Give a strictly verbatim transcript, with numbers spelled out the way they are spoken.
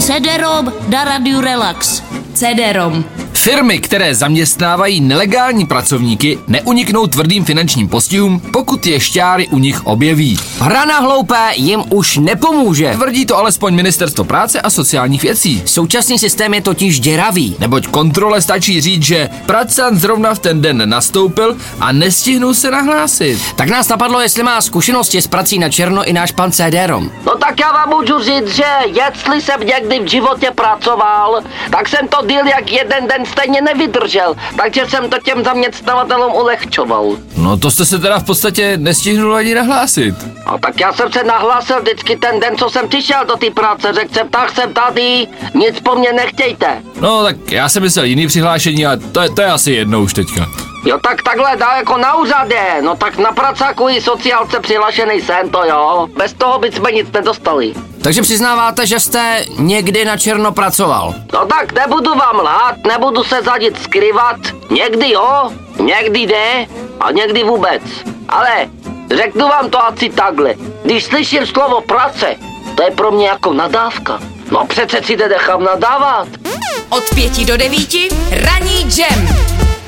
C D-ROM na Radiu Relax. C D-ROM. Firmy, které zaměstnávají nelegální pracovníky, neuniknou tvrdým finančním postihům, pokud je šťáry u nich objeví. Hra na hloupé jim už nepomůže. Tvrdí to alespoň Ministerstvo práce a sociálních věcí. Současný systém je totiž děravý. Neboť kontrole stačí říct, že pracant zrovna v ten den nastoupil a nestihnul se nahlásit. Tak nás napadlo, jestli má zkušenosti s prací na černo i náš pan C D-ROM. No tak já vám můžu říct, že jestli jsem někdy v životě pracoval, tak jsem to díl jak jeden den stejně nevydržel, takže jsem to těm zaměstnavatelům ulehčoval. No to jste se teda v podstatě nestihnul ani nahlásit. A tak já jsem se nahlásil vždycky ten den, co jsem přišel do té práce, řekl jsem, tak jsem tady, nic po mně nechtějte. No tak já jsem myslel jiný přihlášení a to je, to je asi jedno už teďka. Jo, tak takhle dá jako na úřadě, no tak na pracáku i sociálce přihlašený jsem to, jo. Bez toho bychom nic nedostali. Takže přiznáváte, že jste někdy na černo pracoval? No tak nebudu vám lhát, nebudu se za nic skrývat. Někdy jo, někdy ne a někdy vůbec. Ale řeknu vám to asi takhle. Když slyším slovo práce, to je pro mě jako nadávka. No přece si nenechám nadávat. Od pěti do devíti ranní džem.